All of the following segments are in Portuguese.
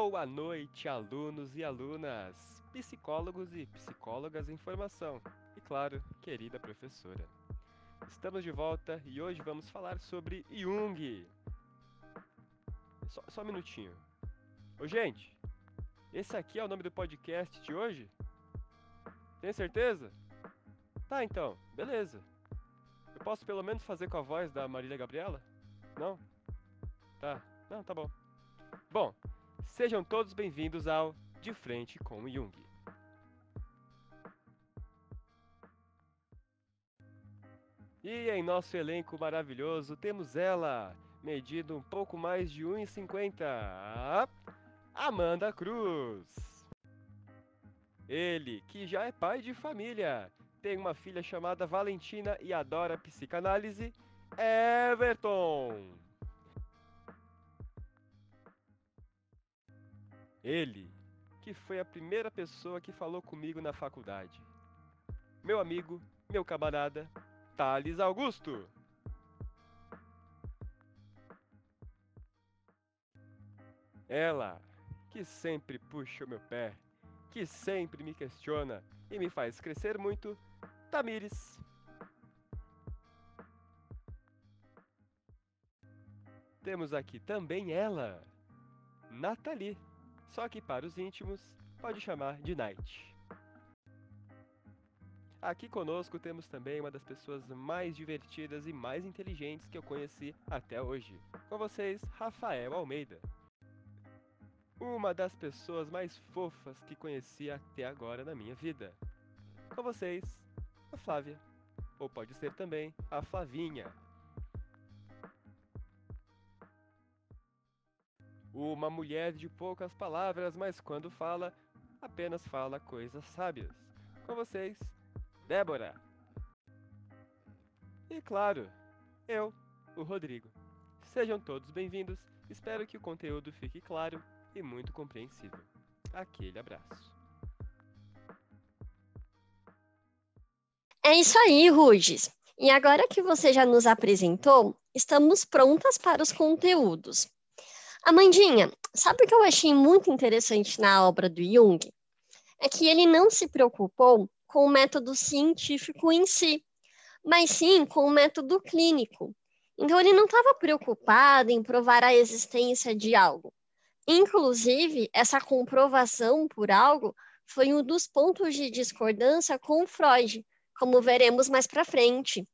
Boa noite, alunos e alunas, psicólogos e psicólogas em formação e, claro, querida professora. Estamos de volta e hoje vamos falar sobre Jung. Só um minutinho. Ô, gente, esse aqui é o nome do podcast de hoje? Tem certeza? Tá, então, beleza. Eu posso pelo menos fazer com a voz da Marília Gabriela? Não? Tá, não, tá bom. Bom, sejam todos bem-vindos ao De Frente com Jung. E em nosso elenco maravilhoso temos ela, medindo um pouco mais de 1,50, Amanda Cruz. Ele, que já é pai de família, tem uma filha chamada Valentina e adora psicanálise, Everton. Ele, que foi a primeira pessoa que falou comigo na faculdade, meu amigo, meu camarada, Thales Augusto. Ela, que sempre puxa o meu pé, que sempre me questiona e me faz crescer muito, Tamires. Temos aqui também ela, Nathalie, só que para os íntimos pode chamar de Night. Aqui conosco temos também uma das pessoas mais divertidas e mais inteligentes que eu conheci até hoje. Com vocês, Rafael Almeida. Uma das pessoas mais fofas que conheci até agora na minha vida. Com vocês, a Flávia. Ou pode ser também a Flavinha. Uma mulher de poucas palavras, mas quando fala, apenas fala coisas sábias. Com vocês, Débora. E claro, eu, o Rodrigo. Sejam todos bem-vindos, espero que o conteúdo fique claro e muito compreensível. Aquele abraço. É isso aí, Rudes. E agora que você já nos apresentou, estamos prontas para os conteúdos. Amandinha, sabe o que eu achei muito interessante na obra do Jung? É que ele não se preocupou com o método científico em si, mas sim com o método clínico. Então, ele não estava preocupado em provar a existência de algo. Inclusive, essa comprovação por algo foi um dos pontos de discordância com Freud, como veremos mais para frente.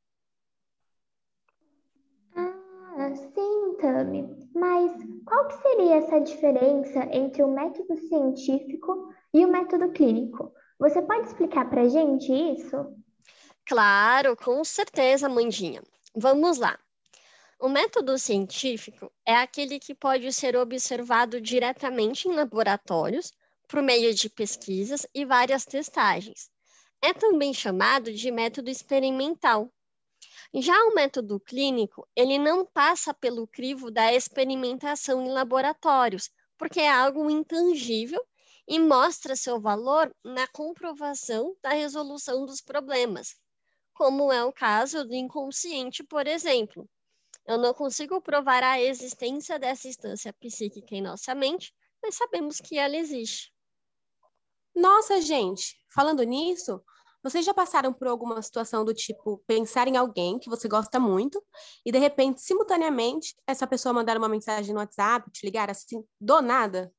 Sim, Tami. Mas qual que seria essa diferença entre o método científico e o método clínico? Você pode explicar para a gente isso? Claro, com certeza, Mandinha. Vamos lá. O método científico é aquele que pode ser observado diretamente em laboratórios, por meio de pesquisas e várias testagens. É também chamado de método experimental. Já o método clínico, ele não passa pelo crivo da experimentação em laboratórios, porque é algo intangível e mostra seu valor na comprovação da resolução dos problemas, como é o caso do inconsciente, por exemplo. Eu não consigo provar a existência dessa instância psíquica em nossa mente, mas sabemos que ela existe. Nossa, gente, falando nisso, vocês já passaram por alguma situação do tipo pensar em alguém que você gosta muito e de repente, simultaneamente, essa pessoa mandar uma mensagem no WhatsApp, te ligar assim, do nada?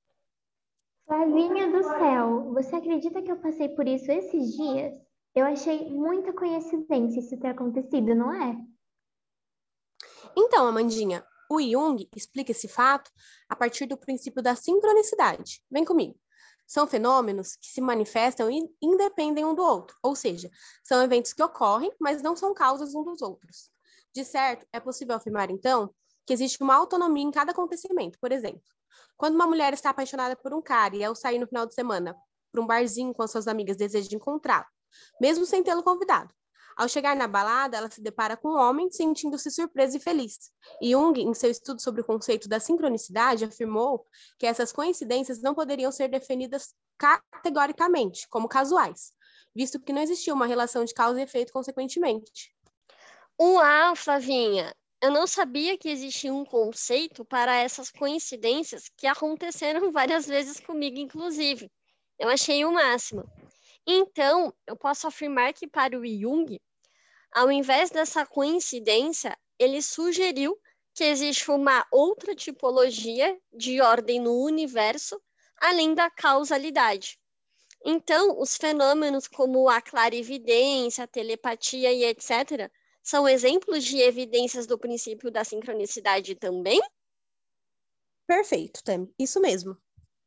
Flavinha do céu, você acredita que eu passei por isso esses dias? Eu achei muita coincidência isso ter acontecido, não é? Então, Amandinha, o Jung explica esse fato a partir do princípio da sincronicidade. Vem comigo. São fenômenos que se manifestam e independem um do outro, ou seja, são eventos que ocorrem, mas não são causas um dos outros. De certo, é possível afirmar, então, que existe uma autonomia em cada acontecimento. Por exemplo, quando uma mulher está apaixonada por um cara e ao sair no final de semana para um barzinho com as suas amigas deseja encontrá-lo, mesmo sem tê-lo convidado. Ao chegar na balada, ela se depara com um homem sentindo-se surpresa e feliz. E Jung, em seu estudo sobre o conceito da sincronicidade, afirmou que essas coincidências não poderiam ser definidas categoricamente como casuais, visto que não existia uma relação de causa e efeito consequentemente. Uau, Flavinha! Eu não sabia que existia um conceito para essas coincidências que aconteceram várias vezes comigo, inclusive. Eu achei o máximo. Então, eu posso afirmar que para o Jung, ao invés dessa coincidência, ele sugeriu que existe uma outra tipologia de ordem no universo, além da causalidade. Então, os fenômenos como a clarividência, a telepatia e etc., são exemplos de evidências do princípio da sincronicidade também? Perfeito, Tami. Isso mesmo.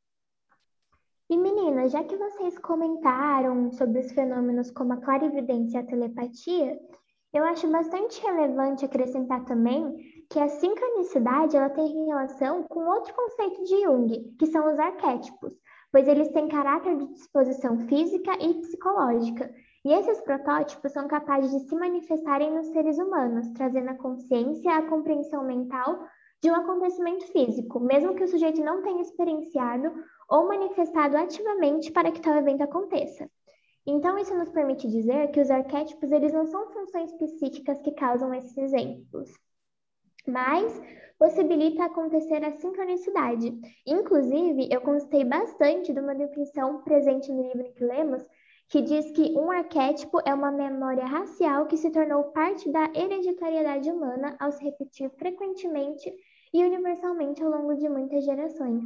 E meninas, já que vocês comentaram sobre os fenômenos como a clarividência e a telepatia, eu acho bastante relevante acrescentar também que a sincronicidade ela tem relação com outro conceito de Jung, que são os arquétipos, pois eles têm caráter de disposição física e psicológica. E esses protótipos são capazes de se manifestarem nos seres humanos, trazendo a consciência, a compreensão mental de um acontecimento físico, mesmo que o sujeito não tenha experienciado ou manifestado ativamente para que tal evento aconteça. Então, isso nos permite dizer que os arquétipos eles não são funções psíquicas que causam esses exemplos, mas possibilita acontecer a sincronicidade. Inclusive, eu consultei bastante de uma definição presente no livro que lemos, que diz que um arquétipo é uma memória racial que se tornou parte da hereditariedade humana ao se repetir frequentemente e universalmente ao longo de muitas gerações.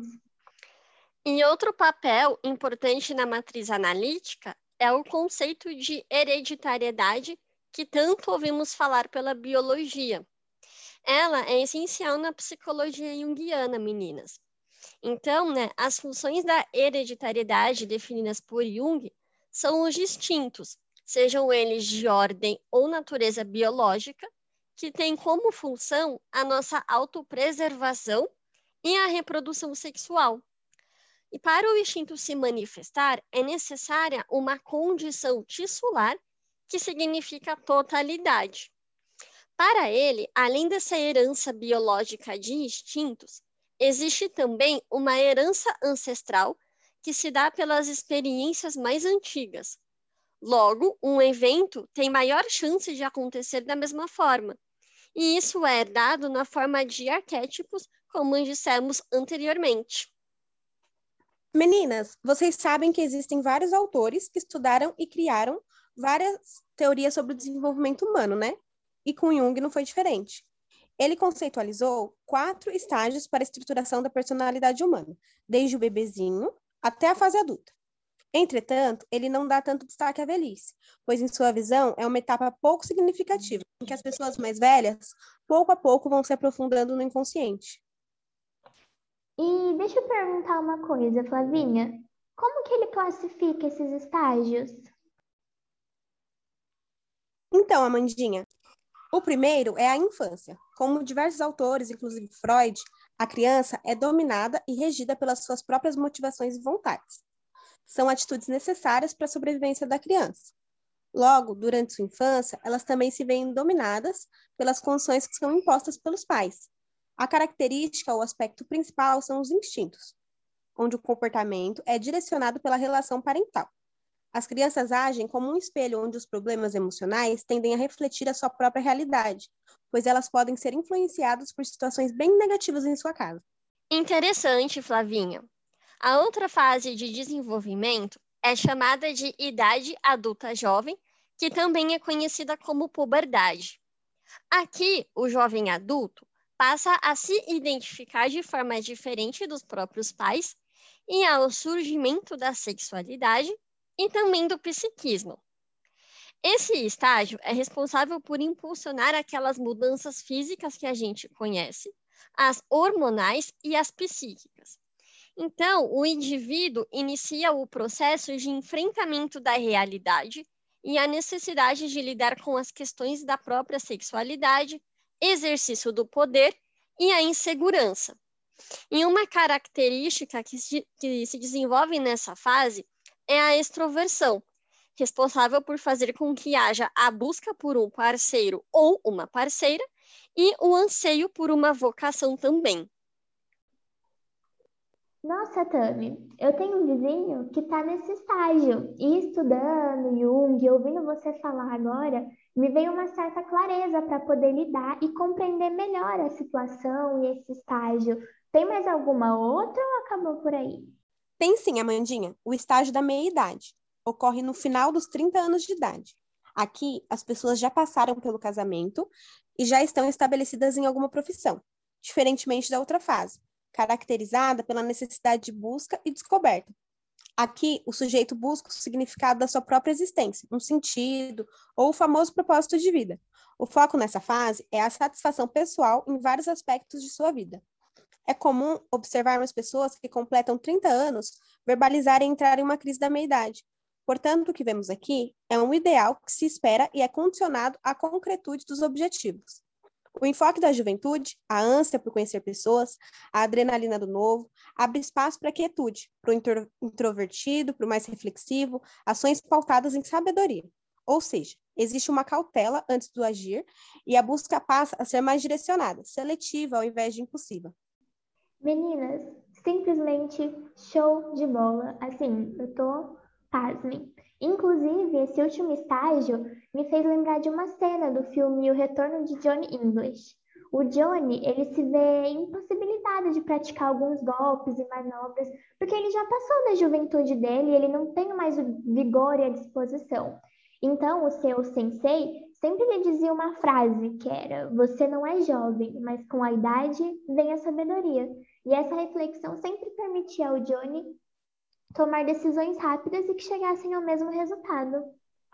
E outro papel importante na matriz analítica é o conceito de hereditariedade que tanto ouvimos falar pela biologia. Ela é essencial na psicologia junguiana, meninas. Então, as funções da hereditariedade definidas por Jung são os distintos, sejam eles de ordem ou natureza biológica, que têm como função a nossa autopreservação e a reprodução sexual. E para o instinto se manifestar, é necessária uma condição tissular, que significa totalidade. Para ele, além dessa herança biológica de instintos, existe também uma herança ancestral que se dá pelas experiências mais antigas. Logo, um evento tem maior chance de acontecer da mesma forma, e isso é dado na forma de arquétipos, como dissemos anteriormente. Meninas, vocês sabem que existem vários autores que estudaram e criaram várias teorias sobre o desenvolvimento humano, né? E com Jung não foi diferente. Ele conceitualizou 4 estágios para a estruturação da personalidade humana, desde o bebezinho até a fase adulta. Entretanto, ele não dá tanto destaque à velhice, pois, em sua visão, é uma etapa pouco significativa, em que as pessoas mais velhas, pouco a pouco, vão se aprofundando no inconsciente. E deixa eu perguntar uma coisa, Flavinha. Como que ele classifica esses estágios? Então, Amandinha, o primeiro é a infância. Como diversos autores, inclusive Freud, a criança é dominada e regida pelas suas próprias motivações e vontades. São atitudes necessárias para a sobrevivência da criança. Logo, durante sua infância, elas também se veem dominadas pelas condições que são impostas pelos pais. A característica ou aspecto principal são os instintos, onde o comportamento é direcionado pela relação parental. As crianças agem como um espelho onde os problemas emocionais tendem a refletir a sua própria realidade, pois elas podem ser influenciadas por situações bem negativas em sua casa. Interessante, Flavinha. A outra fase de desenvolvimento é chamada de idade adulta jovem, que também é conhecida como puberdade. Aqui, o jovem adulto passa a se identificar de forma diferente dos próprios pais e ao surgimento da sexualidade e também do psiquismo. Esse estágio é responsável por impulsionar aquelas mudanças físicas que a gente conhece, as hormonais e as psíquicas. Então, o indivíduo inicia o processo de enfrentamento da realidade e a necessidade de lidar com as questões da própria sexualidade, exercício do poder e a insegurança. E uma característica que se desenvolve nessa fase é a extroversão, responsável por fazer com que haja a busca por um parceiro ou uma parceira e o anseio por uma vocação também. Nossa, Tami, eu tenho um vizinho que está nesse estágio e estudando Jung, ouvindo você falar agora, me veio uma certa clareza para poder lidar e compreender melhor a situação e esse estágio. Tem mais alguma outra ou acabou por aí? Tem sim, Amandinha, o estágio da meia-idade. Ocorre no final dos 30 anos de idade. Aqui, as pessoas já passaram pelo casamento e já estão estabelecidas em alguma profissão, diferentemente da outra fase, caracterizada pela necessidade de busca e descoberta. Aqui, o sujeito busca o significado da sua própria existência, um sentido ou o famoso propósito de vida. O foco nessa fase é a satisfação pessoal em vários aspectos de sua vida. É comum observarmos pessoas que completam 30 anos verbalizarem entrar em uma crise da meia-idade. Portanto, o que vemos aqui é um ideal que se espera e é condicionado à concretude dos objetivos. O enfoque da juventude, a ânsia por conhecer pessoas, a adrenalina do novo, abre espaço para a quietude, para o introvertido, para o mais reflexivo, ações pautadas em sabedoria. Ou seja, existe uma cautela antes do agir e a busca passa a ser mais direcionada, seletiva ao invés de impulsiva. Meninas, simplesmente show de bola. Assim, eu tô pasmem. Inclusive, esse último estágio me fez lembrar de uma cena do filme O Retorno de Johnny English. O Johnny, ele se vê impossibilitado de praticar alguns golpes e manobras, porque ele já passou da juventude dele e ele não tem mais o vigor e a disposição. Então, o seu sensei sempre lhe dizia uma frase que era: você não é jovem, mas com a idade vem a sabedoria. E essa reflexão sempre permitia ao Johnny tomar decisões rápidas e que chegassem ao mesmo resultado.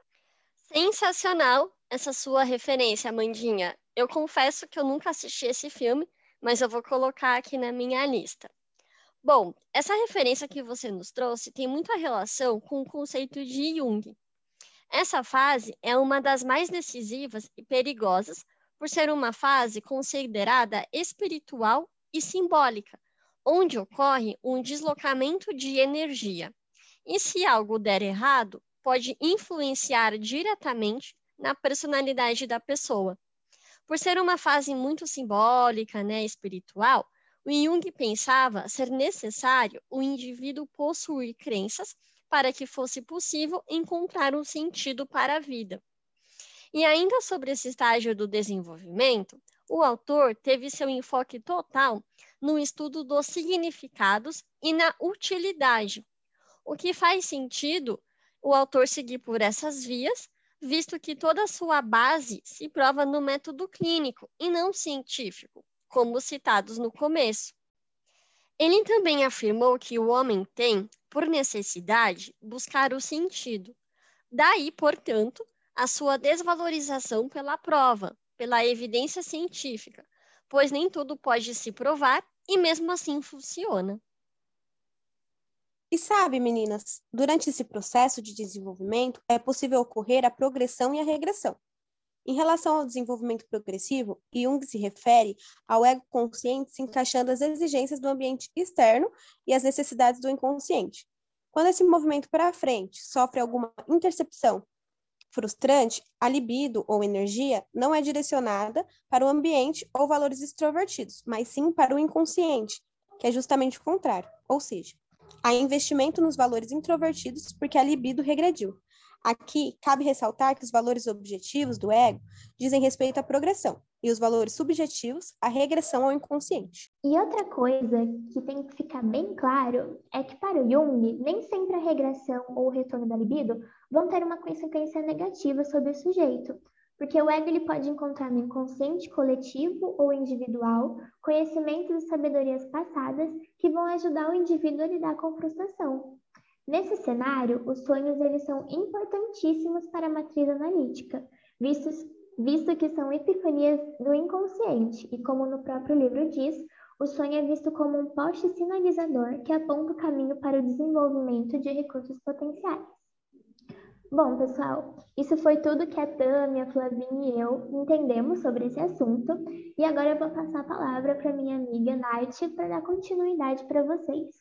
Sensacional essa sua referência, Amandinha. Eu confesso que eu nunca assisti esse filme, mas eu vou colocar aqui na minha lista. Bom, essa referência que você nos trouxe tem muita relação com o conceito de Jung. Essa fase é uma das mais decisivas e perigosas por ser uma fase considerada espiritual e simbólica, onde ocorre um deslocamento de energia. E se algo der errado, pode influenciar diretamente na personalidade da pessoa. Por ser uma fase muito simbólica, né, espiritual, o Jung pensava ser necessário o indivíduo possuir crenças para que fosse possível encontrar um sentido para a vida. E ainda sobre esse estágio do desenvolvimento, o autor teve seu enfoque total no estudo dos significados e na utilidade, o que faz sentido o autor seguir por essas vias, visto que toda a sua base se prova no método clínico e não científico, como citados no começo. Ele também afirmou que o homem tem, por necessidade, buscar o sentido. Daí, portanto, a sua desvalorização pela prova, pela evidência científica, pois nem tudo pode se provar e mesmo assim funciona. E sabe, meninas, durante esse processo de desenvolvimento é possível ocorrer a progressão e a regressão. Em relação ao desenvolvimento progressivo, Jung se refere ao ego consciente se encaixando às exigências do ambiente externo e às necessidades do inconsciente. Quando esse movimento para frente sofre alguma intercepção frustrante, a libido ou energia não é direcionada para o ambiente ou valores extrovertidos, mas sim para o inconsciente, que é justamente o contrário, ou seja, há investimento nos valores introvertidos porque a libido regrediu. Aqui, cabe ressaltar que os valores objetivos do ego dizem respeito à progressão e os valores subjetivos à regressão ao inconsciente. E outra coisa que tem que ficar bem claro é que para o Jung, nem sempre a regressão ou o retorno da libido vão ter uma consequência negativa sobre o sujeito, porque o ego ele pode encontrar no inconsciente coletivo ou individual conhecimentos e sabedorias passadas que vão ajudar o indivíduo a lidar com a frustração. Nesse cenário, os sonhos eles são importantíssimos para a matriz analítica, visto que são epifanias do inconsciente, e como no próprio livro diz, o sonho é visto como um poste sinalizador que aponta o caminho para o desenvolvimento de recursos potenciais. Bom, pessoal, isso foi tudo que a Tami, a Flavinha e eu entendemos sobre esse assunto, e agora eu vou passar a palavra para minha amiga Nath para dar continuidade para vocês.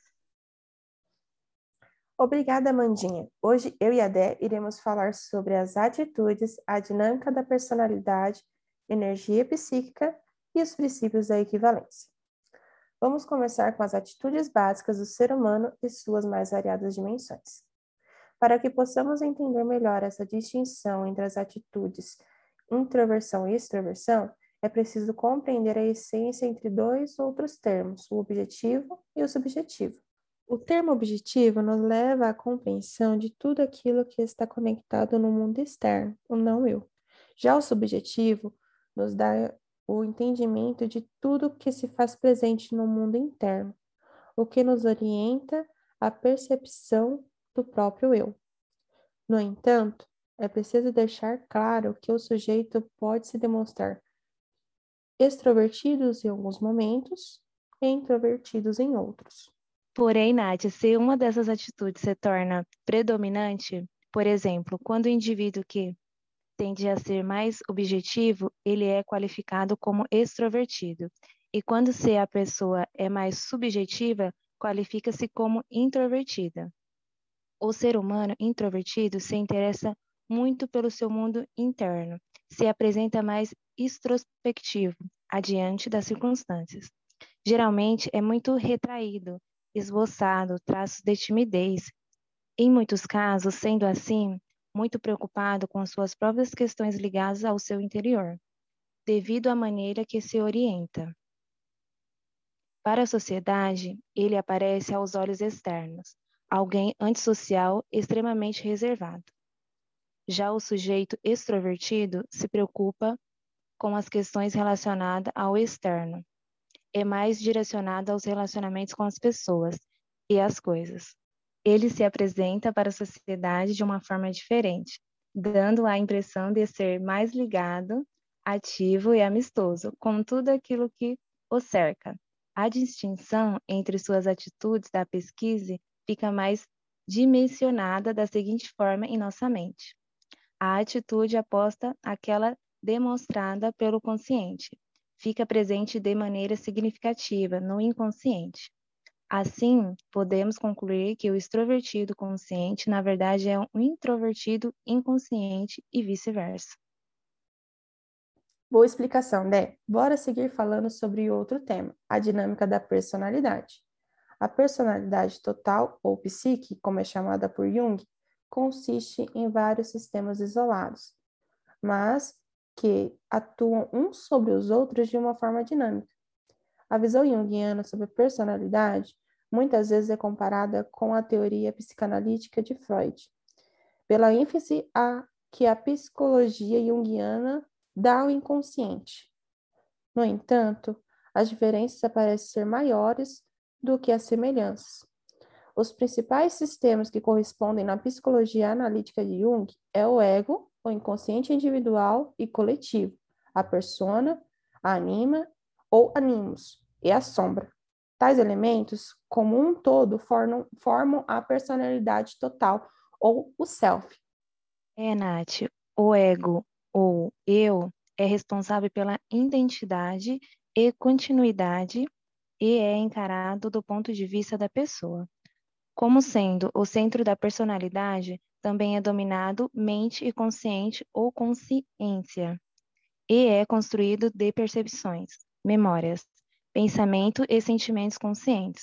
Obrigada, Amandinha. Hoje eu e a Dé iremos falar sobre as atitudes, a dinâmica da personalidade, energia psíquica e os princípios da equivalência. Vamos começar com as atitudes básicas do ser humano e suas mais variadas dimensões. Para que possamos entender melhor essa distinção entre as atitudes introversão e extroversão, é preciso compreender a essência entre dois outros termos, o objetivo e o subjetivo. O termo objetivo nos leva à compreensão de tudo aquilo que está conectado no mundo externo, o não eu. Já o subjetivo nos dá o entendimento de tudo que se faz presente no mundo interno, o que nos orienta à percepção do próprio eu. No entanto, é preciso deixar claro que o sujeito pode se demonstrar extrovertidos em alguns momentos e introvertidos em outros. Porém, Nath, se uma dessas atitudes se torna predominante, por exemplo, quando o indivíduo que tende a ser mais objetivo, ele é qualificado como extrovertido. E quando se a pessoa é mais subjetiva, qualifica-se como introvertida. O ser humano introvertido se interessa muito pelo seu mundo interno, se apresenta mais introspectivo, adiante das circunstâncias. Geralmente é muito retraído, esboçado, traços de timidez. Em muitos casos, sendo assim, muito preocupado com suas próprias questões ligadas ao seu interior, devido à maneira que se orienta. Para a sociedade, ele aparece aos olhos externos, alguém antissocial extremamente reservado. Já o sujeito extrovertido se preocupa com as questões relacionadas ao externo, é mais direcionado aos relacionamentos com as pessoas e as coisas. Ele se apresenta para a sociedade de uma forma diferente, dando a impressão de ser mais ligado, ativo e amistoso com tudo aquilo que o cerca. A distinção entre suas atitudes da pesquisa fica mais dimensionada da seguinte forma em nossa mente. A atitude aposta àquela demonstrada pelo consciente, fica presente de maneira significativa no inconsciente. Assim, podemos concluir que o extrovertido consciente, na verdade, é um introvertido inconsciente e vice-versa. Boa explicação, Dé. Bora seguir falando sobre outro tema, a dinâmica da personalidade. A personalidade total, ou psique, como é chamada por Jung, consiste em vários sistemas isolados, mas que atuam uns sobre os outros de uma forma dinâmica. A visão junguiana sobre a personalidade muitas vezes é comparada com a teoria psicanalítica de Freud, pela ênfase que a psicologia junguiana dá ao inconsciente. No entanto, as diferenças parecem ser maiores do que as semelhanças. Os principais sistemas que correspondem na psicologia analítica de Jung é o ego, o inconsciente individual e coletivo, a persona, a anima ou animus e a sombra. Tais elementos, como um todo, formam a personalidade total ou o self. Nath, o ego ou eu é responsável pela identidade e continuidade e é encarado do ponto de vista da pessoa. Como sendo o centro da personalidade, também é dominado mente e consciente ou consciência, e é construído de percepções, memórias, pensamento e sentimentos conscientes,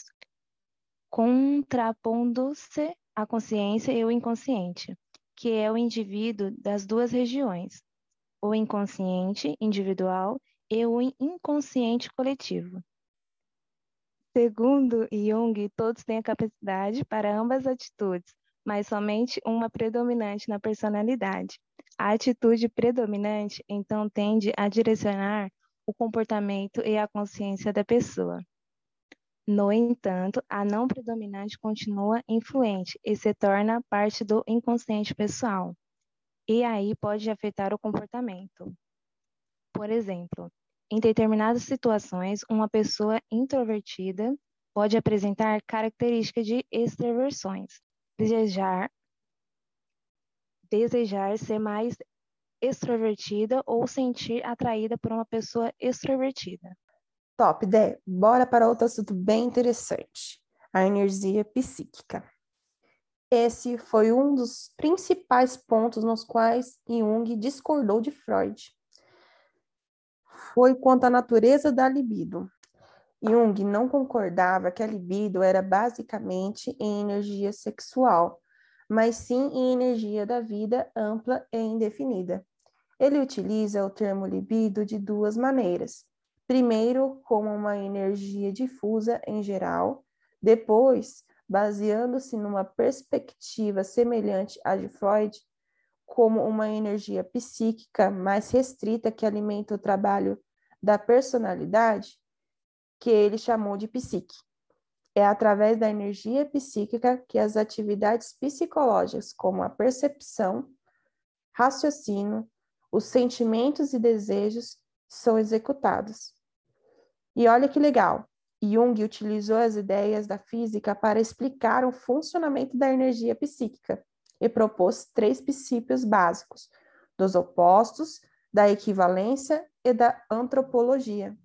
contrapondo-se à consciência e o inconsciente, que é o indivíduo das duas regiões, o inconsciente individual e o inconsciente coletivo. Segundo Jung, todos têm a capacidade para ambas atitudes, mas somente uma predominante na personalidade. A atitude predominante, então, tende a direcionar o comportamento e a consciência da pessoa. No entanto, a não predominante continua influente e se torna parte do inconsciente pessoal, e aí pode afetar o comportamento. Por exemplo, em determinadas situações, uma pessoa introvertida pode apresentar características de extroversões, desejar ser mais extrovertida ou sentir atraída por uma pessoa extrovertida. Top, Dé. Bora para outro assunto bem interessante, a energia psíquica. Esse foi um dos principais pontos nos quais Jung discordou de Freud. Foi quanto à natureza da libido. Jung não concordava que a libido era basicamente em energia sexual, mas sim em energia da vida ampla e indefinida. Ele utiliza o termo libido de duas maneiras. Primeiro, como uma energia difusa em geral, depois, baseando-se numa perspectiva semelhante à de Freud, como uma energia psíquica mais restrita que alimenta o trabalho da personalidade, que ele chamou de psique. É através da energia psíquica que as atividades psicológicas, como a percepção, raciocínio, os sentimentos e desejos, são executados. E olha que legal, Jung utilizou as ideias da física para explicar o funcionamento da energia psíquica e propôs 3 princípios básicos, dos opostos, da equivalência e da antropologia.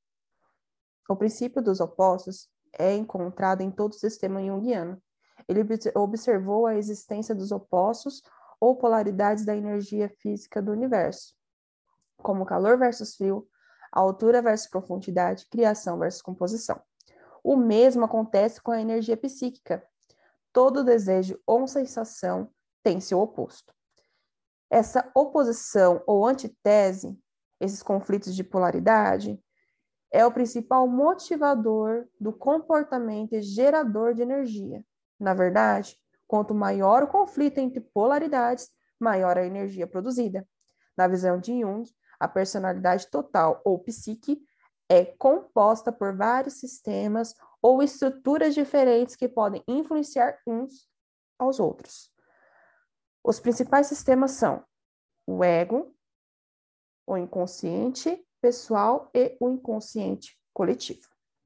O princípio dos opostos é encontrado em todo o sistema junguiano. Ele observou a existência dos opostos ou polaridades da energia física do universo, como calor versus frio, altura versus profundidade, criação versus composição. O mesmo acontece com a energia psíquica. Todo desejo ou sensação tem seu oposto. Essa oposição ou antítese, esses conflitos de polaridade, é o principal motivador do comportamento e gerador de energia. Na verdade, quanto maior o conflito entre polaridades, maior a energia produzida. Na visão de Jung, a personalidade total ou psique é composta por vários sistemas ou estruturas diferentes que podem influenciar uns aos outros. Os principais sistemas são o ego, o inconsciente pessoal e o inconsciente coletivo.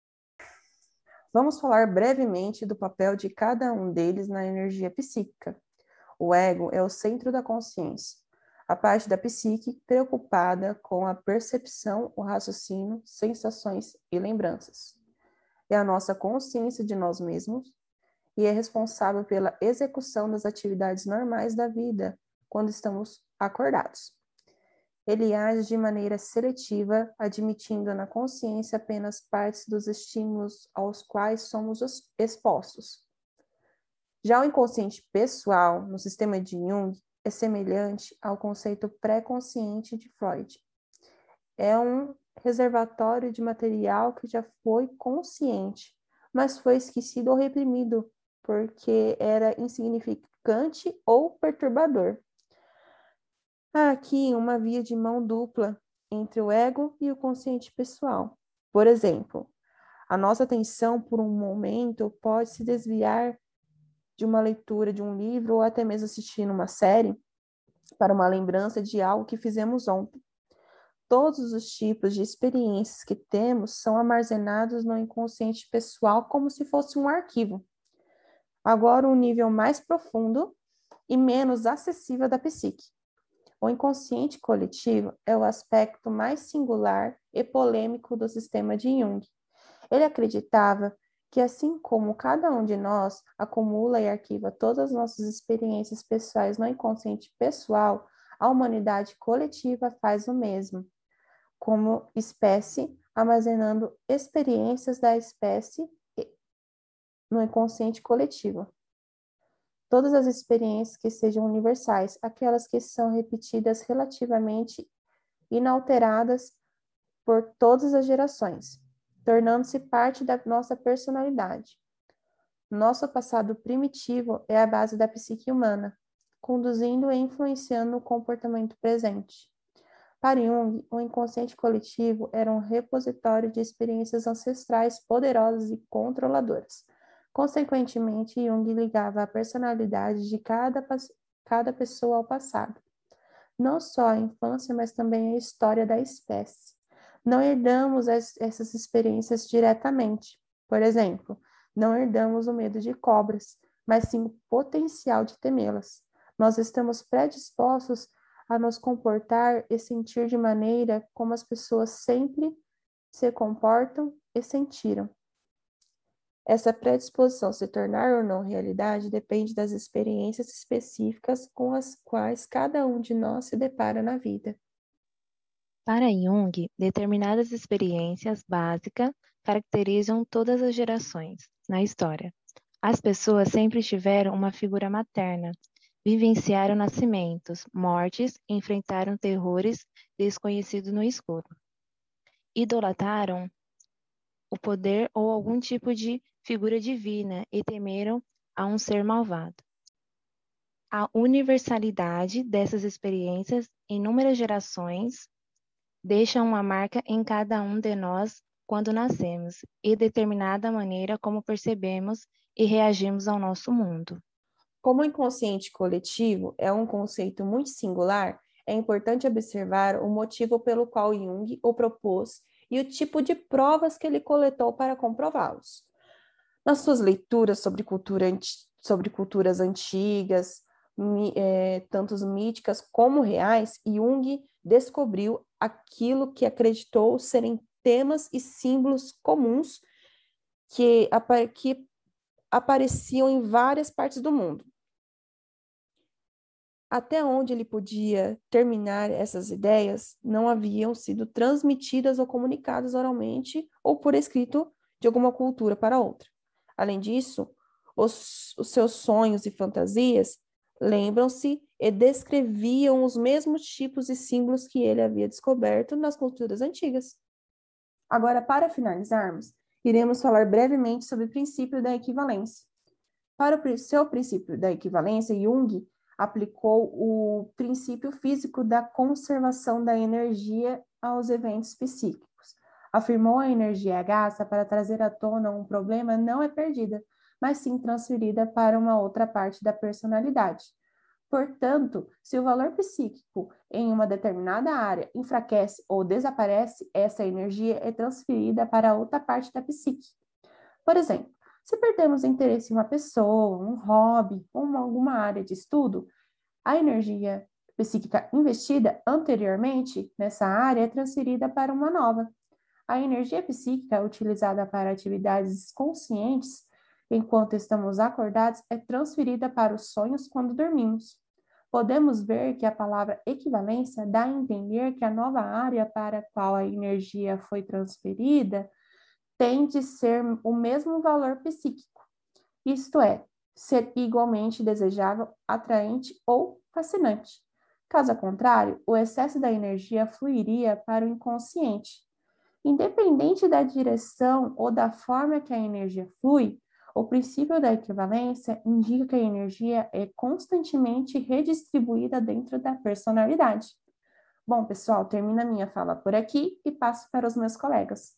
Vamos falar brevemente do papel de cada um deles na energia psíquica. O ego é o centro da consciência, a parte da psique preocupada com a percepção, o raciocínio, sensações e lembranças. É a nossa consciência de nós mesmos e é responsável pela execução das atividades normais da vida quando estamos acordados. Ele age de maneira seletiva, admitindo na consciência apenas partes dos estímulos aos quais somos expostos. Já o inconsciente pessoal, no sistema de Jung, é semelhante ao conceito pré-consciente de Freud. É um reservatório de material que já foi consciente, mas foi esquecido ou reprimido, porque era insignificante ou perturbador. Há aqui uma via de mão dupla entre o ego e o consciente pessoal. Por exemplo, a nossa atenção por um momento pode se desviar de uma leitura de um livro ou até mesmo assistindo uma série para uma lembrança de algo que fizemos ontem. Todos os tipos de experiências que temos são armazenados no inconsciente pessoal como se fosse um arquivo. Agora, um nível mais profundo e menos acessível da psique. O inconsciente coletivo é o aspecto mais singular e polêmico do sistema de Jung. Ele acreditava que, assim como cada um de nós acumula e arquiva todas as nossas experiências pessoais no inconsciente pessoal, a humanidade coletiva faz o mesmo, como espécie, armazenando experiências da espécie no inconsciente coletivo. Todas as experiências que sejam universais, aquelas que são repetidas relativamente inalteradas por todas as gerações, tornando-se parte da nossa personalidade. Nosso passado primitivo é a base da psique humana, conduzindo e influenciando o comportamento presente. Para Jung, o inconsciente coletivo era um repositório de experiências ancestrais poderosas e controladoras. Consequentemente, Jung ligava a personalidade de cada pessoa ao passado. Não só a infância, mas também a história da espécie. Não herdamos essas experiências diretamente. Por exemplo, não herdamos o medo de cobras, mas sim o potencial de temê-las. Nós estamos predispostos a nos comportar e sentir de maneira como as pessoas sempre se comportam e sentiram. Essa predisposição se tornar ou não realidade depende das experiências específicas com as quais cada um de nós se depara na vida. Para Jung, determinadas experiências básicas caracterizam todas as gerações na história. As pessoas sempre tiveram uma figura materna, vivenciaram nascimentos, mortes, enfrentaram terrores desconhecidos no escuro. Idolatraram o poder ou algum tipo de figura divina e temeram a um ser malvado. A universalidade dessas experiências em inúmeras gerações deixa uma marca em cada um de nós quando nascemos e determinada maneira como percebemos e reagimos ao nosso mundo. Como o inconsciente coletivo é um conceito muito singular, é importante observar o motivo pelo qual Jung o propôs e o tipo de provas que ele coletou para comprová-los. Nas suas leituras sobre culturas antigas, tanto míticas como reais, Jung descobriu aquilo que acreditou serem temas e símbolos comuns que apareciam em várias partes do mundo. Até onde ele podia terminar essas ideias não haviam sido transmitidas ou comunicadas oralmente ou por escrito de alguma cultura para outra. Além disso, os seus sonhos e fantasias lembram-se e descreviam os mesmos tipos e símbolos que ele havia descoberto nas culturas antigas. Agora, para finalizarmos, iremos falar brevemente sobre o princípio da equivalência. Para o seu princípio da equivalência, Jung aplicou o princípio físico da conservação da energia aos eventos psíquicos. Afirmou a energia gasta para trazer à tona um problema não é perdida, mas sim transferida para uma outra parte da personalidade. Portanto, se o valor psíquico em uma determinada área enfraquece ou desaparece, essa energia é transferida para outra parte da psique. Por exemplo, se perdemos interesse em uma pessoa, um hobby ou alguma área de estudo, a energia psíquica investida anteriormente nessa área é transferida para uma nova. A energia psíquica utilizada para atividades conscientes enquanto estamos acordados é transferida para os sonhos quando dormimos. Podemos ver que a palavra equivalência dá a entender que a nova área para a qual a energia foi transferida tem de ser o mesmo valor psíquico, isto é, ser igualmente desejável, atraente ou fascinante. Caso contrário, o excesso da energia fluiria para o inconsciente. Independente da direção ou da forma que a energia flui, o princípio da equivalência indica que a energia é constantemente redistribuída dentro da personalidade. Bom, pessoal, termino a minha fala por aqui e passo para os meus colegas.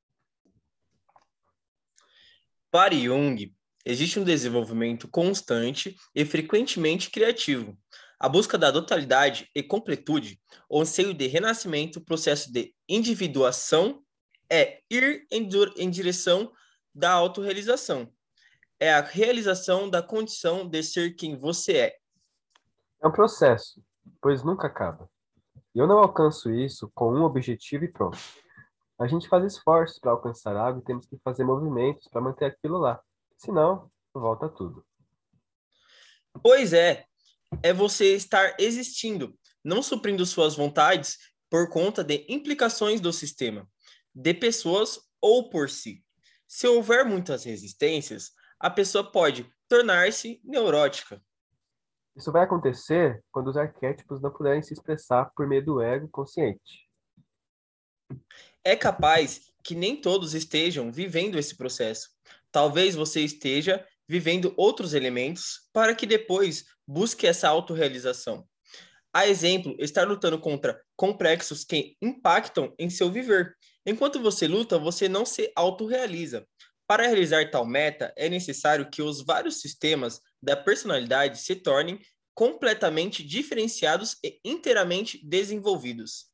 Para Jung, existe um desenvolvimento constante e frequentemente criativo. A busca da totalidade e completude, o anseio de renascimento, o processo de individuação é ir em direção da autorrealização. É a realização da condição de ser quem você é. É um processo, pois nunca acaba. E eu não alcanço isso com um objetivo e pronto. A gente faz esforços para alcançar algo e temos que fazer movimentos para manter aquilo lá. Senão, volta tudo. Pois é você estar existindo, não suprindo suas vontades por conta de implicações do sistema, de pessoas ou por si. Se houver muitas resistências, a pessoa pode tornar-se neurótica. Isso vai acontecer quando os arquétipos não puderem se expressar por meio do ego consciente. É capaz que nem todos estejam vivendo esse processo. Talvez você esteja vivendo outros elementos para que depois busque essa autorrealização. A exemplo, estar lutando contra complexos que impactam em seu viver. Enquanto você luta, você não se autorrealiza. Para realizar tal meta, é necessário que os vários sistemas da personalidade se tornem completamente diferenciados e inteiramente desenvolvidos.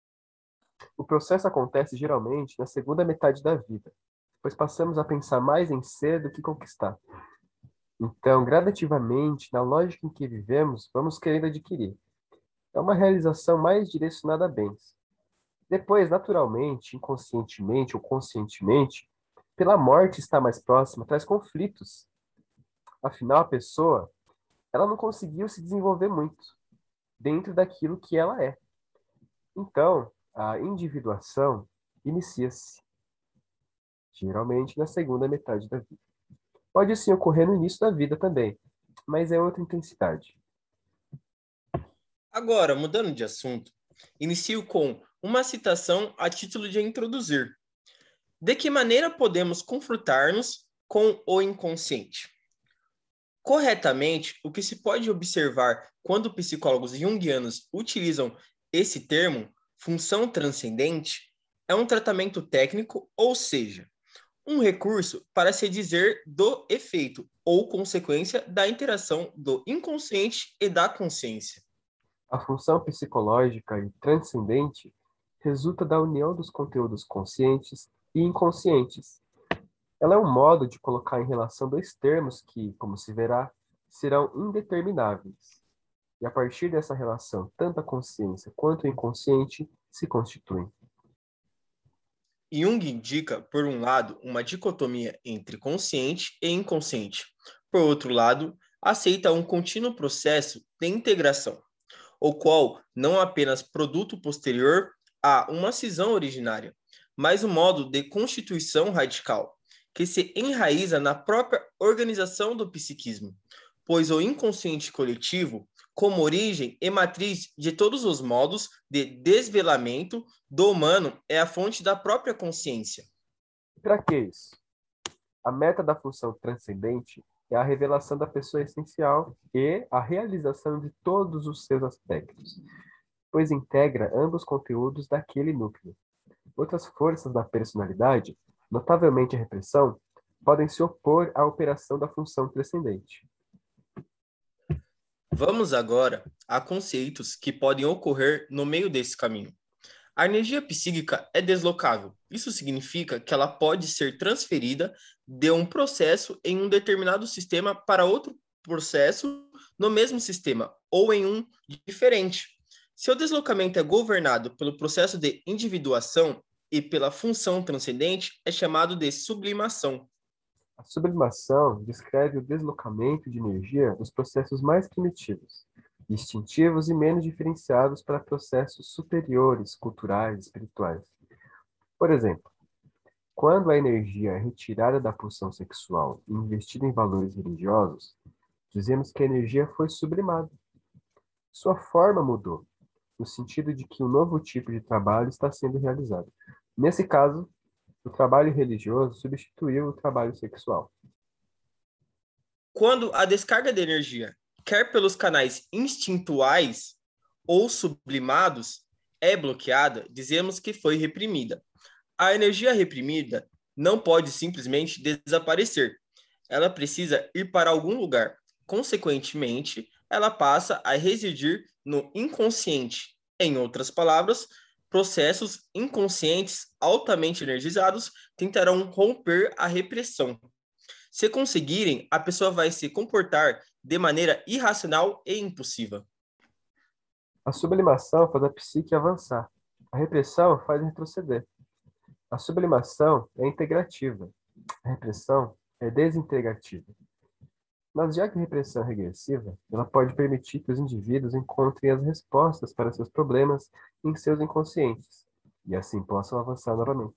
O processo acontece geralmente na segunda metade da vida, pois passamos a pensar mais em ser do que conquistar. Então, gradativamente, na lógica em que vivemos, vamos querendo adquirir. É uma realização mais direcionada a bens. Depois, naturalmente, inconscientemente ou conscientemente, pela morte estar mais próxima, traz conflitos. Afinal, a pessoa, ela não conseguiu se desenvolver muito dentro daquilo que ela é. Então, a individuação inicia-se. geralmente na segunda metade da vida. Pode sim ocorrer no início da vida também, mas é outra intensidade. Agora, mudando de assunto, inicio com uma citação a título de introduzir. De que maneira podemos confrontar-nos com o inconsciente? Corretamente, o que se pode observar quando psicólogos junguianos utilizam esse termo, função transcendente, é um tratamento técnico, ou seja, um recurso para se dizer do efeito ou consequência da interação do inconsciente e da consciência. A função psicológica e transcendente resulta da união dos conteúdos conscientes e inconscientes. Ela é um modo de colocar em relação dois termos que, como se verá, serão indetermináveis. E a partir dessa relação, tanto a consciência quanto o inconsciente se constituem. Jung indica, por um lado, uma dicotomia entre consciente e inconsciente. Por outro lado, aceita um contínuo processo de integração, o qual não é apenas produto posterior a uma cisão originária, mas um modo de constituição radical, que se enraiza na própria organização do psiquismo, pois o inconsciente coletivo, como origem e matriz de todos os modos de desvelamento do humano, é a fonte da própria consciência. Para que isso? A meta da função transcendente é a revelação da pessoa essencial e a realização de todos os seus aspectos, pois integra ambos os conteúdos daquele núcleo. Outras forças da personalidade, notavelmente a repressão, podem se opor à operação da função transcendente. Vamos agora a conceitos que podem ocorrer no meio desse caminho. A energia psíquica é deslocável. Isso significa que ela pode ser transferida de um processo em um determinado sistema para outro processo no mesmo sistema, ou em um diferente. Se o deslocamento é governado pelo processo de individuação e pela função transcendente, é chamado de sublimação. A sublimação descreve o deslocamento de energia dos processos mais primitivos, instintivos e menos diferenciados para processos superiores, culturais, espirituais. Por exemplo, quando a energia é retirada da pulsão sexual e investida em valores religiosos, dizemos que a energia foi sublimada. Sua forma mudou, no sentido de que um novo tipo de trabalho está sendo realizado. Nesse caso, o trabalho religioso substituiu o trabalho sexual. Quando a descarga de energia, quer pelos canais instintuais ou sublimados, é bloqueada, dizemos que foi reprimida. A energia reprimida não pode simplesmente desaparecer. Ela precisa ir para algum lugar. Consequentemente, ela passa a residir no inconsciente. Em outras palavras, processos inconscientes altamente energizados tentarão romper a repressão. Se conseguirem, a pessoa vai se comportar de maneira irracional e impulsiva. A sublimação faz a psique avançar. A repressão faz retroceder. A sublimação é integrativa. A repressão é desintegrativa. Mas já que a repressão é regressiva, ela pode permitir que os indivíduos encontrem as respostas para seus problemas em seus inconscientes, e assim possam avançar novamente.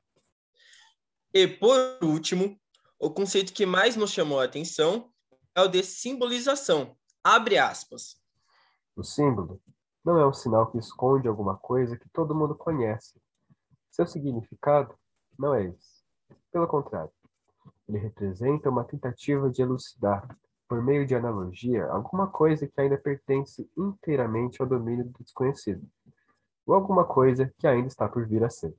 E, por último, o conceito que mais nos chamou a atenção é o de simbolização. Abre aspas. O símbolo não é um sinal que esconde alguma coisa que todo mundo conhece. Seu significado não é esse. Pelo contrário, ele representa uma tentativa de elucidar, por meio de analogia, alguma coisa que ainda pertence inteiramente ao domínio do desconhecido, ou alguma coisa que ainda está por vir a ser.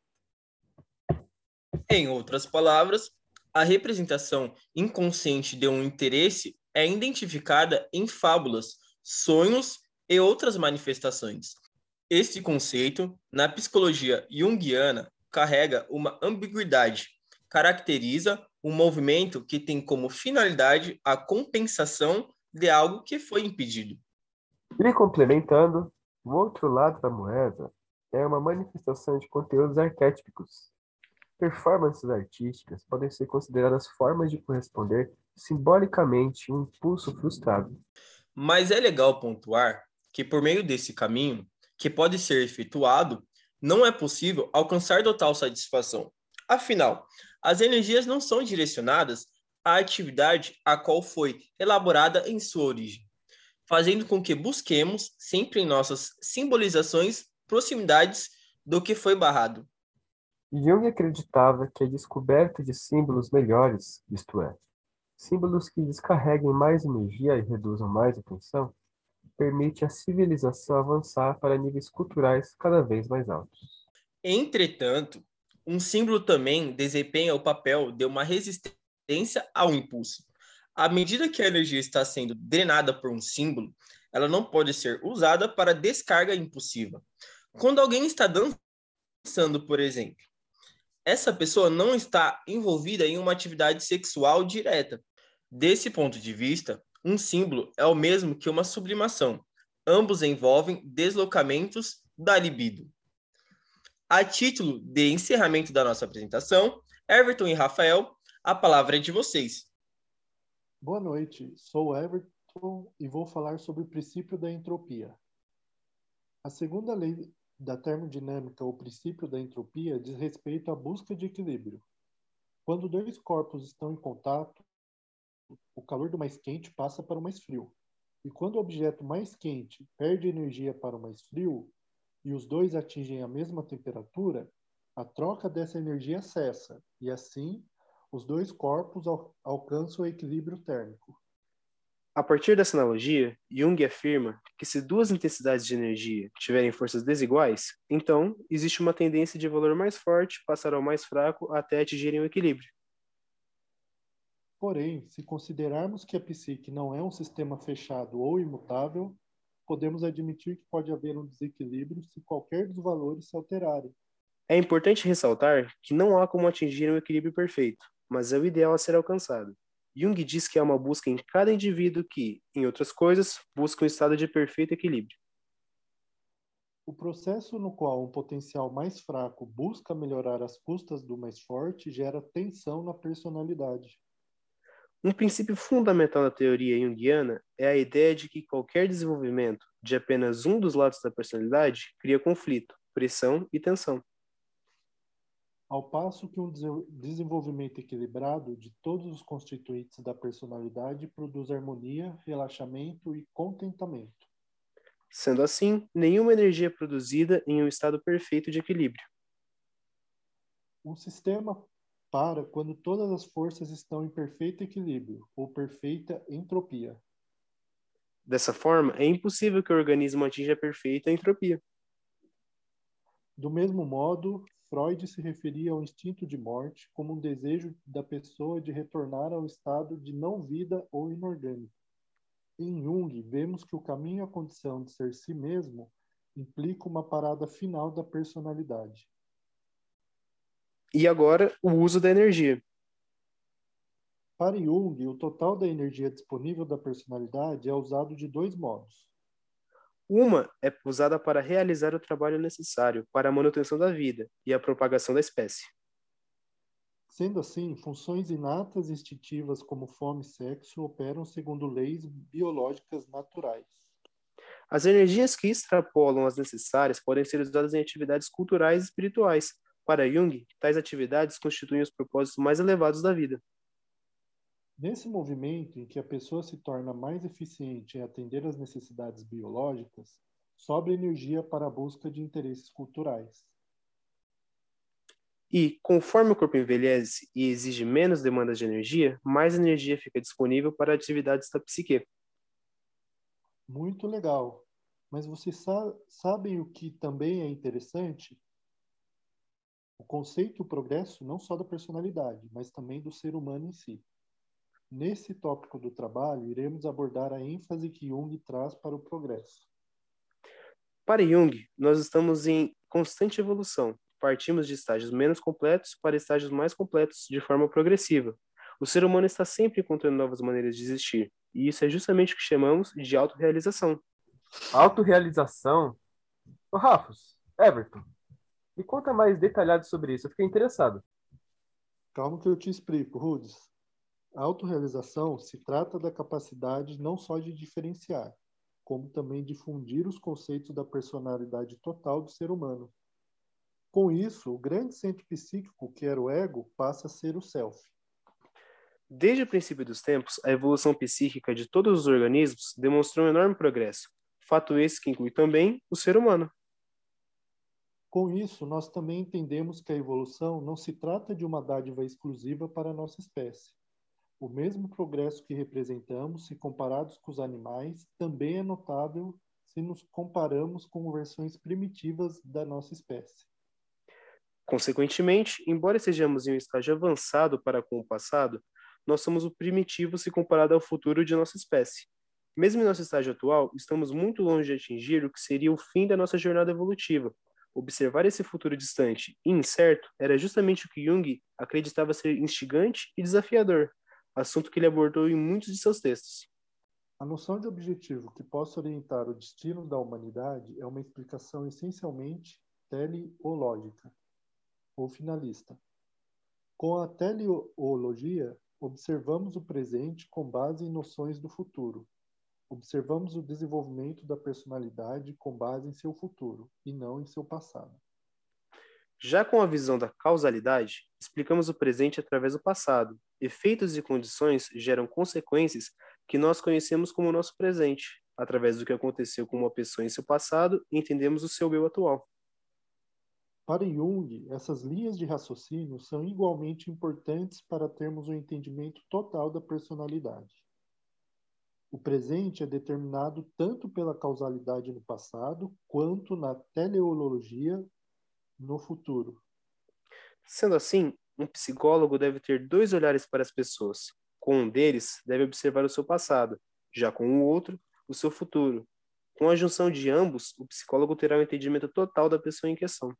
Em outras palavras, a representação inconsciente de um interesse é identificada em fábulas, sonhos e outras manifestações. Este conceito, na psicologia junguiana, carrega uma ambiguidade, caracteriza um movimento que tem como finalidade a compensação de algo que foi impedido. E complementando, o outro lado da moeda é uma manifestação de conteúdos arquétipos. Performances artísticas podem ser consideradas formas de corresponder simbolicamente um impulso frustrado. Mas é legal pontuar que, por meio desse caminho, que pode ser efetuado, não é possível alcançar total satisfação. Afinal, as energias não são direcionadas à atividade a qual foi elaborada em sua origem, fazendo com que busquemos sempre em nossas simbolizações proximidades do que foi barrado. Jung acreditava que a descoberta de símbolos melhores, isto é, símbolos que descarreguem mais energia e reduzam mais a tensão, permite à civilização avançar para níveis culturais cada vez mais altos. Entretanto, um símbolo também desempenha o papel de uma resistência ao impulso. À medida que a energia está sendo drenada por um símbolo, ela não pode ser usada para descarga impulsiva. Quando alguém está dançando, por exemplo, essa pessoa não está envolvida em uma atividade sexual direta. Desse ponto de vista, um símbolo é o mesmo que uma sublimação. Ambos envolvem deslocamentos da libido. A título de encerramento da nossa apresentação, Everton e Rafael, a palavra é de vocês. Boa noite, sou Everton e vou falar sobre o princípio da entropia. A segunda lei da termodinâmica, o princípio da entropia, diz respeito à busca de equilíbrio. Quando dois corpos estão em contato, o calor do mais quente passa para o mais frio. E quando o objeto mais quente perde energia para o mais frio e os dois atingem a mesma temperatura, a troca dessa energia cessa e assim os dois corpos alcançam o equilíbrio térmico. A partir dessa analogia, Jung afirma que se duas intensidades de energia tiverem forças desiguais, então existe uma tendência de valor mais forte passar ao mais fraco até atingirem o equilíbrio. Porém, se considerarmos que a psique não é um sistema fechado ou imutável, podemos admitir que pode haver um desequilíbrio se qualquer dos valores se alterarem. É importante ressaltar que não há como atingir um equilíbrio perfeito, mas é o ideal a ser alcançado. Jung diz que há uma busca em cada indivíduo que, em outras coisas, busca um estado de perfeito equilíbrio. O processo no qual um potencial mais fraco busca melhorar às custas do mais forte gera tensão na personalidade. Um princípio fundamental da teoria junguiana é a ideia de que qualquer desenvolvimento de apenas um dos lados da personalidade cria conflito, pressão e tensão. Ao passo que um desenvolvimento equilibrado de todos os constituintes da personalidade produz harmonia, relaxamento e contentamento. Sendo assim, nenhuma energia é produzida em um estado perfeito de equilíbrio. Um sistema para quando todas as forças estão em perfeito equilíbrio ou perfeita entropia. Dessa forma, é impossível que o organismo atinja a perfeita entropia. Do mesmo modo, Freud se referia ao instinto de morte como um desejo da pessoa de retornar ao estado de não-vida ou inorgânico. Em Jung, vemos que o caminho à condição de ser si mesmo implica uma parada final da personalidade. E agora, o uso da energia. Para Jung, o total da energia disponível da personalidade é usado de dois modos. Uma é usada para realizar o trabalho necessário para a manutenção da vida e a propagação da espécie. Sendo assim, funções inatas e instintivas como fome e sexo operam segundo leis biológicas naturais. As energias que extrapolam as necessárias podem ser usadas em atividades culturais e espirituais. Para Jung, tais atividades constituem os propósitos mais elevados da vida. Nesse movimento em que a pessoa se torna mais eficiente em atender às necessidades biológicas, sobra energia para a busca de interesses culturais. E, conforme o corpo envelhece e exige menos demandas de energia, mais energia fica disponível para atividades da psique. Muito legal. Mas vocês sabem o que também é interessante? O conceito e o progresso não só da personalidade, mas também do ser humano em si. Nesse tópico do trabalho, iremos abordar a ênfase que Jung traz para o progresso. Para Jung, nós estamos em constante evolução. Partimos de estágios menos completos para estágios mais completos de forma progressiva. O ser humano está sempre encontrando novas maneiras de existir, e isso é justamente o que chamamos de autorrealização. Autorrealização? Ô, Rafos, Everton, me conta mais detalhado sobre isso, eu fiquei interessado. Calma que eu te explico, Rudes. A autorrealização se trata da capacidade não só de diferenciar, como também de fundir os conceitos da personalidade total do ser humano. Com isso, o grande centro psíquico, que era o ego, passa a ser o self. Desde o princípio dos tempos, a evolução psíquica de todos os organismos demonstrou um enorme progresso, fato esse que inclui também o ser humano. Com isso, nós também entendemos que a evolução não se trata de uma dádiva exclusiva para a nossa espécie. O mesmo progresso que representamos, se comparados com os animais, também é notável se nos comparamos com versões primitivas da nossa espécie. Consequentemente, embora estejamos em um estágio avançado para com o passado, nós somos o primitivo se comparado ao futuro de nossa espécie. Mesmo em nosso estágio atual, estamos muito longe de atingir o que seria o fim da nossa jornada evolutiva. Observar esse futuro distante e incerto era justamente o que Jung acreditava ser instigante e desafiador, assunto que ele abordou em muitos de seus textos. A noção de objetivo que possa orientar o destino da humanidade é uma explicação essencialmente teleológica, ou finalista. Com a teleologia, observamos o presente com base em noções do futuro. Observamos o desenvolvimento da personalidade com base em seu futuro, e não em seu passado. Já com a visão da causalidade, explicamos o presente através do passado. Efeitos e condições geram consequências que nós conhecemos como nosso presente. Através do que aconteceu com uma pessoa em seu passado, entendemos o seu eu atual. Para Jung, essas linhas de raciocínio são igualmente importantes para termos um entendimento total da personalidade. O presente é determinado tanto pela causalidade no passado, quanto na teleologia no futuro. Sendo assim, um psicólogo deve ter dois olhares para as pessoas. Com um deles, deve observar o seu passado, já com o outro, o seu futuro. Com a junção de ambos, o psicólogo terá um entendimento total da pessoa em questão.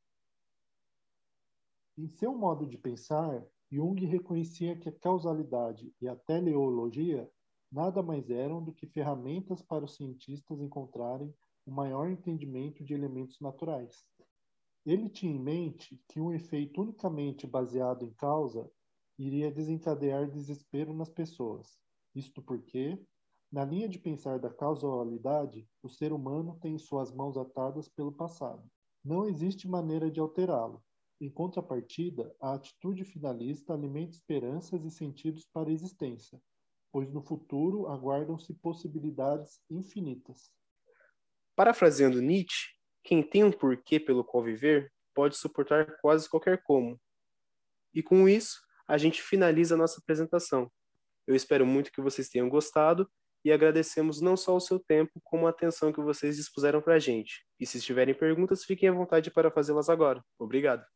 Em seu modo de pensar, Jung reconhecia que a causalidade e a teleologia nada mais eram do que ferramentas para os cientistas encontrarem um maior entendimento de elementos naturais. Ele tinha em mente que um efeito unicamente baseado em causa iria desencadear desespero nas pessoas. Isto porque, na linha de pensar da causalidade, o ser humano tem suas mãos atadas pelo passado. Não existe maneira de alterá-lo. Em contrapartida, a atitude finalista alimenta esperanças e sentidos para a existência, pois no futuro aguardam-se possibilidades infinitas. Parafraseando Nietzsche, quem tem um porquê pelo qual viver pode suportar quase qualquer como. E com isso, a gente finaliza a nossa apresentação. Eu espero muito que vocês tenham gostado e agradecemos não só o seu tempo, como a atenção que vocês dispuseram para a gente. E se tiverem perguntas, fiquem à vontade para fazê-las agora. Obrigado.